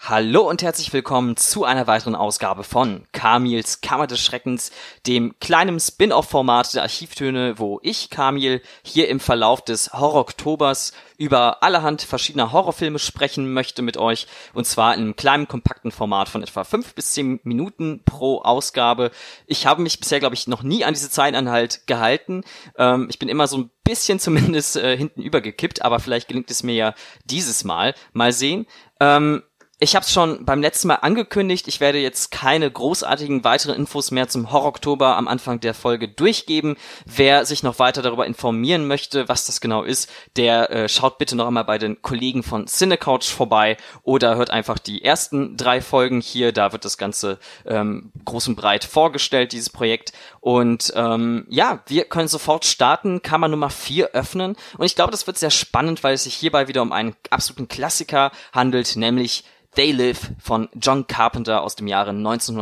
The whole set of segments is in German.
Hallo und herzlich willkommen zu einer weiteren Ausgabe von Kamils Kammer des Schreckens, dem kleinen Spin-off-Format der Archivtöne, wo ich, Kamil, hier im Verlauf des Horror-Oktobers über allerhand verschiedener Horrorfilme sprechen möchte mit euch, und zwar in einem kleinen, kompakten Format von etwa 5 bis 10 Minuten pro Ausgabe. Ich habe mich bisher, glaube ich, noch nie an diese Zeitanhalt gehalten. Ich bin immer so ein bisschen zumindest hinten übergekippt, aber vielleicht gelingt es mir ja dieses Mal. Mal sehen. Ich habe es schon beim letzten Mal angekündigt, ich werde jetzt keine großartigen weiteren Infos mehr zum Horror-Oktober am Anfang der Folge durchgeben. Wer sich noch weiter darüber informieren möchte, was das genau ist, der schaut bitte noch einmal bei den Kollegen von Cinecouch vorbei oder hört einfach die ersten 3 Folgen hier, da wird das Ganze groß und breit vorgestellt, dieses Projekt. Und ja, wir können sofort starten, Kammer Nummer 4 öffnen. Und ich glaube, das wird sehr spannend, weil es sich hierbei wieder um einen absoluten Klassiker handelt, nämlich They Live von John Carpenter aus dem Jahre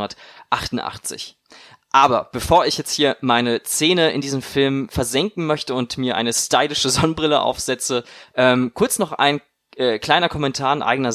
1988. Aber bevor ich jetzt hier meine Zähne in diesem Film versenken möchte und mir eine stylische Sonnenbrille aufsetze, kurz noch ein kleiner Kommentar in eigener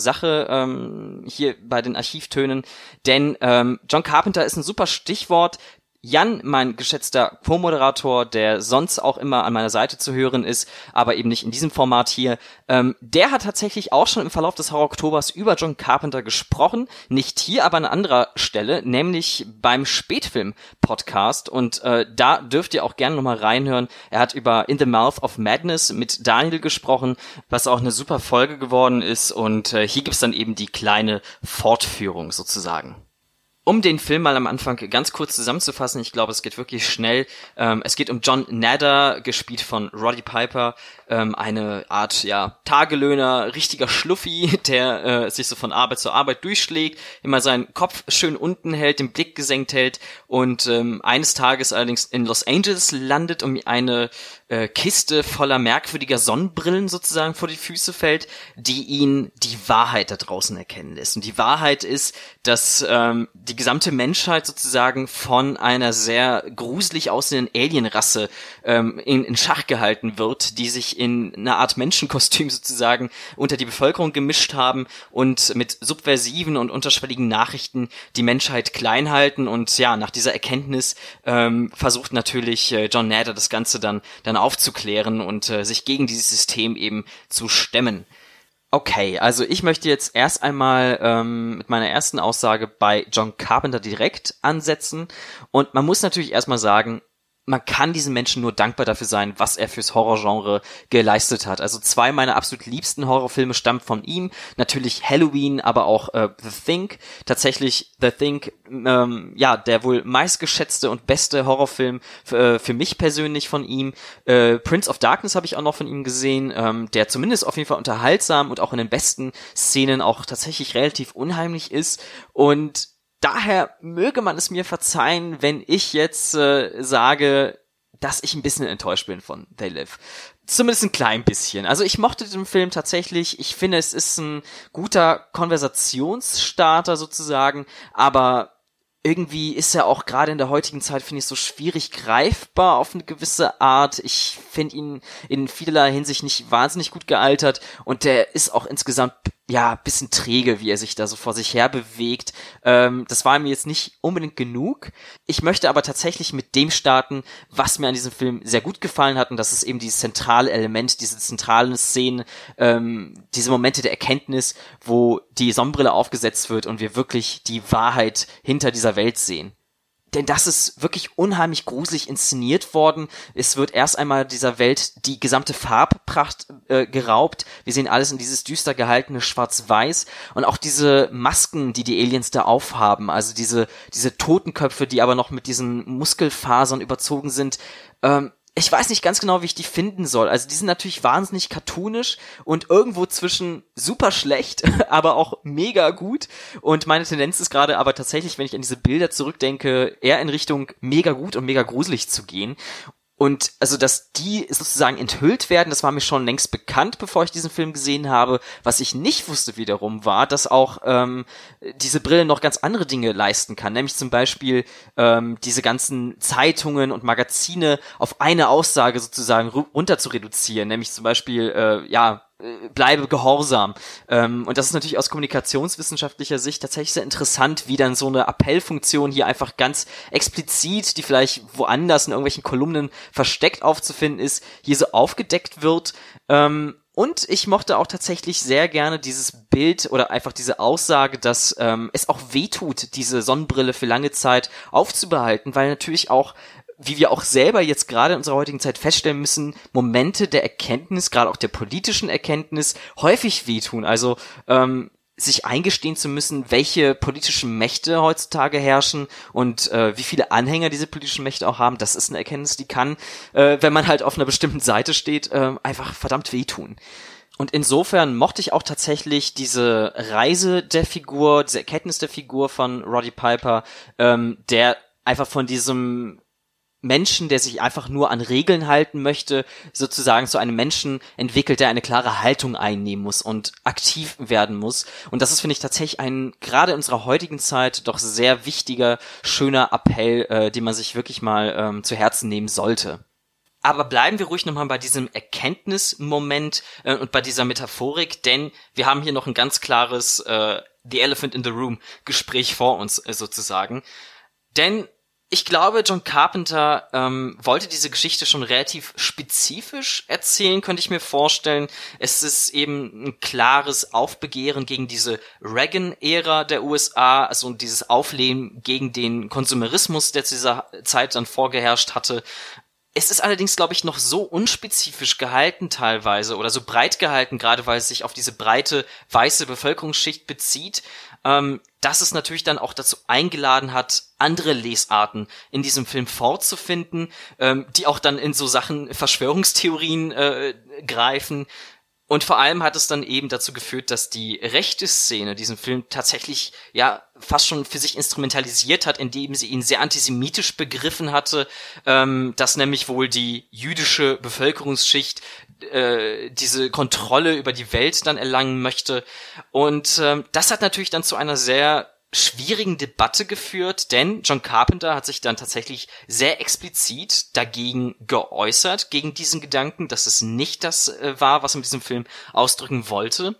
Sache hier bei den Archivtönen, denn John Carpenter ist ein super Stichwort. Jan, mein geschätzter Co-Moderator, der sonst auch immer an meiner Seite zu hören ist, aber eben nicht in diesem Format hier, der hat tatsächlich auch schon im Verlauf des Horror-Oktobers über John Carpenter gesprochen, nicht hier, aber an anderer Stelle, nämlich beim Spätfilm-Podcast, und da dürft ihr auch gerne nochmal reinhören. Er hat über In the Mouth of Madness mit Daniel gesprochen, was auch eine super Folge geworden ist, und hier gibt's dann eben die kleine Fortführung sozusagen. Um den Film mal am Anfang ganz kurz zusammenzufassen, ich glaube, es geht wirklich schnell. Es geht um John Nadder, gespielt von Roddy Piper, eine Art, ja, Tagelöhner, richtiger Schluffi, der sich so von Arbeit zu Arbeit durchschlägt, immer seinen Kopf schön unten hält, den Blick gesenkt hält und eines Tages allerdings in Los Angeles landet, um eine Kiste voller merkwürdiger Sonnenbrillen sozusagen vor die Füße fällt, die ihn die Wahrheit da draußen erkennen lässt. Und die Wahrheit ist, dass die gesamte Menschheit sozusagen von einer sehr gruselig aussehenden Alienrasse in Schach gehalten wird, die sich in einer Art Menschenkostüm sozusagen unter die Bevölkerung gemischt haben und mit subversiven und unterschwelligen Nachrichten die Menschheit klein halten. Und ja, nach dieser Erkenntnis versucht natürlich John Nadder das Ganze dann aufzuklären und sich gegen dieses System eben zu stemmen. Okay, also ich möchte jetzt erst einmal mit meiner ersten Aussage bei John Carpenter direkt ansetzen, und man muss natürlich erstmal sagen, man kann diesen Menschen nur dankbar dafür sein, was er fürs Horrorgenre geleistet hat. Also 2 meiner absolut liebsten Horrorfilme stammen von ihm. Natürlich Halloween, aber auch The Thing. Tatsächlich The Thing, ja, der wohl meistgeschätzte und beste Horrorfilm für mich persönlich von ihm. Prince of Darkness habe ich auch noch von ihm gesehen, der zumindest auf jeden Fall unterhaltsam und auch in den besten Szenen auch tatsächlich relativ unheimlich ist. Und daher möge man es mir verzeihen, wenn ich jetzt sage, dass ich ein bisschen enttäuscht bin von They Live. Zumindest ein klein bisschen. Also ich mochte den Film tatsächlich. Ich finde, es ist ein guter Konversationsstarter sozusagen, aber irgendwie ist er auch gerade in der heutigen Zeit, finde ich, so schwierig greifbar auf eine gewisse Art. Ich finde ihn in vielerlei Hinsicht nicht wahnsinnig gut gealtert, und der ist auch insgesamt, ja, bisschen träge, wie er sich da so vor sich her bewegt. Das war mir jetzt nicht unbedingt genug. Ich möchte aber tatsächlich mit dem starten, was mir an diesem Film sehr gut gefallen hat, und das ist eben dieses zentrale Element, diese zentralen Szenen, diese Momente der Erkenntnis, wo die Sonnenbrille aufgesetzt wird und wir wirklich die Wahrheit hinter dieser Welt sehen. Denn das ist wirklich unheimlich gruselig inszeniert worden. Es wird erst einmal dieser Welt die gesamte Farbpracht geraubt. Wir sehen alles in dieses düster gehaltene Schwarz-Weiß. Und auch diese Masken, die die Aliens da aufhaben, also diese Totenköpfe, die aber noch mit diesen Muskelfasern überzogen sind, ich weiß nicht ganz genau, wie ich die finden soll. Also die sind natürlich wahnsinnig cartoonisch und irgendwo zwischen super schlecht, aber auch mega gut. Und meine Tendenz ist gerade aber tatsächlich, wenn ich an diese Bilder zurückdenke, eher in Richtung mega gut und mega gruselig zu gehen. Und also, dass die sozusagen enthüllt werden, das war mir schon längst bekannt, bevor ich diesen Film gesehen habe. Was ich nicht wusste wiederum war, dass auch diese Brille noch ganz andere Dinge leisten kann. Nämlich zum Beispiel diese ganzen Zeitungen und Magazine auf eine Aussage sozusagen runter zu reduzieren. Nämlich zum Beispiel, bleibe gehorsam. Und das ist natürlich aus kommunikationswissenschaftlicher Sicht tatsächlich sehr interessant, wie dann so eine Appellfunktion hier einfach ganz explizit, die vielleicht woanders in irgendwelchen Kolumnen versteckt aufzufinden ist, hier so aufgedeckt wird. Und ich mochte auch tatsächlich sehr gerne dieses Bild oder einfach diese Aussage, dass es auch wehtut, diese Sonnenbrille für lange Zeit aufzubehalten, weil natürlich auch, wie wir auch selber jetzt gerade in unserer heutigen Zeit feststellen müssen, Momente der Erkenntnis, gerade auch der politischen Erkenntnis, häufig wehtun. Also sich eingestehen zu müssen, welche politischen Mächte heutzutage herrschen und wie viele Anhänger diese politischen Mächte auch haben, das ist eine Erkenntnis, die kann, wenn man halt auf einer bestimmten Seite steht, einfach verdammt wehtun. Und insofern mochte ich auch tatsächlich diese Reise der Figur, diese Erkenntnis der Figur von Roddy Piper, der einfach von diesem Menschen, der sich einfach nur an Regeln halten möchte, sozusagen zu einem Menschen entwickelt, der eine klare Haltung einnehmen muss und aktiv werden muss. Und das ist, finde ich, tatsächlich ein, gerade in unserer heutigen Zeit, doch sehr wichtiger, schöner Appell, den man sich wirklich mal zu Herzen nehmen sollte. Aber bleiben wir ruhig nochmal bei diesem Erkenntnismoment und bei dieser Metaphorik, denn wir haben hier noch ein ganz klares The Elephant in the Room Gespräch vor uns sozusagen. Denn ich glaube, John Carpenter wollte diese Geschichte schon relativ spezifisch erzählen, könnte ich mir vorstellen. Es ist eben ein klares Aufbegehren gegen diese Reagan-Ära der USA, also dieses Auflehnen gegen den Konsumerismus, der zu dieser Zeit dann vorgeherrscht hatte. Es ist allerdings, glaube ich, noch so unspezifisch gehalten teilweise oder so breit gehalten, gerade weil es sich auf diese breite weiße Bevölkerungsschicht bezieht, dass es natürlich dann auch dazu eingeladen hat, andere Lesarten in diesem Film vorzufinden, die auch dann in so Sachen Verschwörungstheorien greifen. Und vor allem hat es dann eben dazu geführt, dass die rechte Szene diesen Film tatsächlich ja fast schon für sich instrumentalisiert hat, indem sie ihn sehr antisemitisch begriffen hatte, dass nämlich wohl die jüdische Bevölkerungsschicht diese Kontrolle über die Welt dann erlangen möchte. Und das hat natürlich dann zu einer sehr schwierigen Debatte geführt, denn John Carpenter hat sich dann tatsächlich sehr explizit dagegen geäußert, gegen diesen Gedanken, dass es nicht das war, was er mit diesem Film ausdrücken wollte.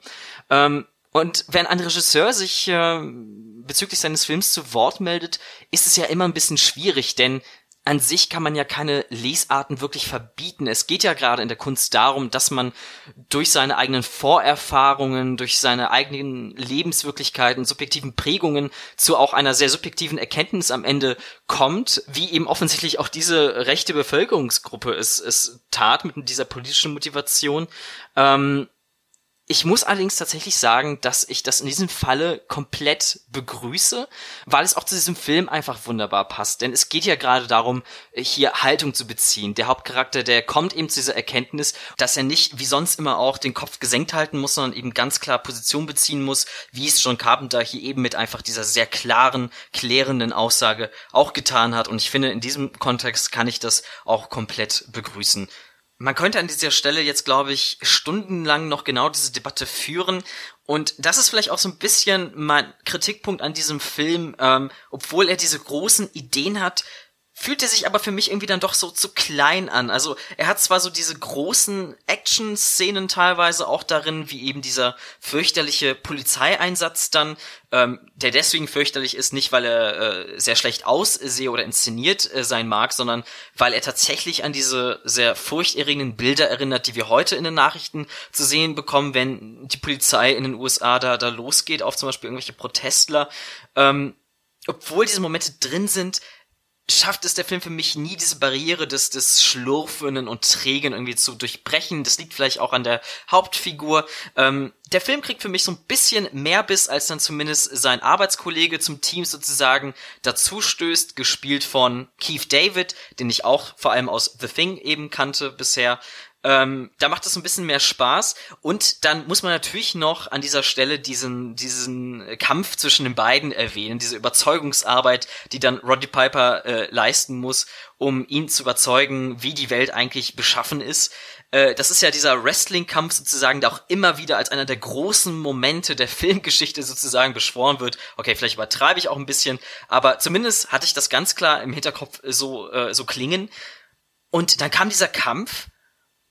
Und wenn ein Regisseur sich bezüglich seines Films zu Wort meldet, ist es ja immer ein bisschen schwierig, denn an sich kann man ja keine Lesarten wirklich verbieten. Es geht ja gerade in der Kunst darum, dass man durch seine eigenen Vorerfahrungen, durch seine eigenen Lebenswirklichkeiten, subjektiven Prägungen zu auch einer sehr subjektiven Erkenntnis am Ende kommt, wie eben offensichtlich auch diese rechte Bevölkerungsgruppe es tat mit dieser politischen Motivation. Ich muss allerdings tatsächlich sagen, dass ich das in diesem Falle komplett begrüße, weil es auch zu diesem Film einfach wunderbar passt. Denn es geht ja gerade darum, hier Haltung zu beziehen. Der Hauptcharakter, der kommt eben zu dieser Erkenntnis, dass er nicht wie sonst immer auch den Kopf gesenkt halten muss, sondern eben ganz klar Position beziehen muss, wie es John Carpenter hier eben mit einfach dieser sehr klaren, klärenden Aussage auch getan hat. Und ich finde, in diesem Kontext kann ich das auch komplett begrüßen. Man könnte an dieser Stelle jetzt, glaube ich, stundenlang noch genau diese Debatte führen. Und das ist vielleicht auch so ein bisschen mein Kritikpunkt an diesem Film. Obwohl er diese großen Ideen hat, fühlt er sich aber für mich irgendwie dann doch so zu klein an. Also er hat zwar so diese großen Action-Szenen teilweise auch darin, wie eben dieser fürchterliche Polizeieinsatz dann, der deswegen fürchterlich ist, nicht weil er sehr schlecht aussehe oder inszeniert sein mag, sondern weil er tatsächlich an diese sehr furchterregenden Bilder erinnert, die wir heute in den Nachrichten zu sehen bekommen, wenn die Polizei in den USA da losgeht auf zum Beispiel irgendwelche Protestler. Obwohl diese Momente drin sind, schafft es der Film für mich nie, diese Barriere des Schlurfenden und Trägen irgendwie zu durchbrechen. Das liegt vielleicht auch an der Hauptfigur. Der Film kriegt für mich so ein bisschen mehr Biss, als dann zumindest sein Arbeitskollege zum Team sozusagen dazu stößt, gespielt von Keith David, den ich auch vor allem aus The Thing eben kannte bisher. Da macht es ein bisschen mehr Spaß und dann muss man natürlich noch an dieser Stelle diesen Kampf zwischen den beiden erwähnen, diese Überzeugungsarbeit, die dann Roddy Piper leisten muss, um ihn zu überzeugen, wie die Welt eigentlich beschaffen ist. Das ist ja dieser Wrestling-Kampf sozusagen, der auch immer wieder als einer der großen Momente der Filmgeschichte sozusagen beschworen wird. Okay, vielleicht übertreibe ich auch ein bisschen, aber zumindest hatte ich das ganz klar im Hinterkopf so klingen. Und dann kam dieser Kampf.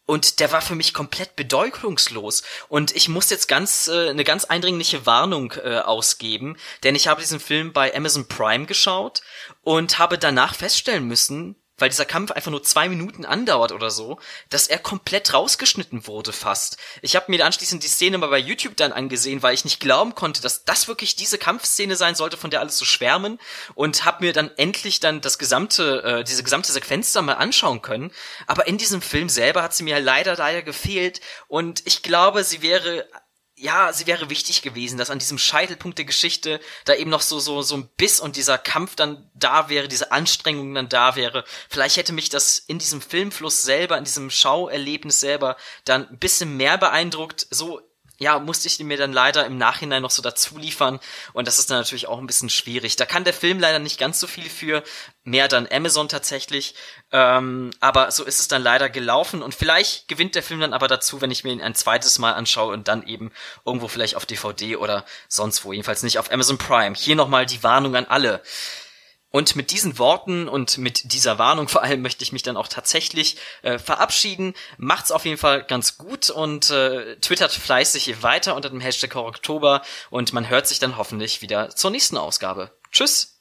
Und der war für mich komplett bedeutungslos. Und ich muss jetzt eine ganz eindringliche Warnung ausgeben, denn ich habe diesen Film bei Amazon Prime geschaut und habe danach feststellen müssen, weil dieser Kampf einfach nur 2 Minuten andauert oder so, dass er komplett rausgeschnitten wurde fast. Ich habe mir anschließend die Szene mal bei YouTube dann angesehen, weil ich nicht glauben konnte, dass das wirklich diese Kampfszene sein sollte, von der alle so schwärmen, und habe mir dann endlich dann diese gesamte Sequenz dann mal anschauen können. Aber in diesem Film selber hat sie mir leider gefehlt, und ich glaube, sie wäre wichtig gewesen, dass an diesem Scheitelpunkt der Geschichte da eben noch so ein Biss und dieser Kampf dann da wäre, diese Anstrengung dann da wäre. Vielleicht hätte mich das in diesem Filmfluss selber, in diesem Schauerlebnis selber dann ein bisschen mehr beeindruckt. So, ja, musste ich mir dann leider im Nachhinein noch so dazu liefern, und das ist dann natürlich auch ein bisschen schwierig. Da kann der Film leider nicht ganz so viel für, mehr dann Amazon tatsächlich, aber so ist es dann leider gelaufen, und vielleicht gewinnt der Film dann aber dazu, wenn ich mir ihn ein zweites Mal anschaue und dann eben irgendwo vielleicht auf DVD oder sonst wo, jedenfalls nicht auf Amazon Prime. Hier nochmal die Warnung an alle. Und mit diesen Worten und mit dieser Warnung vor allem möchte ich mich dann auch tatsächlich verabschieden. Macht's auf jeden Fall ganz gut und twittert fleißig weiter unter dem Hashtag Horror Oktober, und man hört sich dann hoffentlich wieder zur nächsten Ausgabe. Tschüss!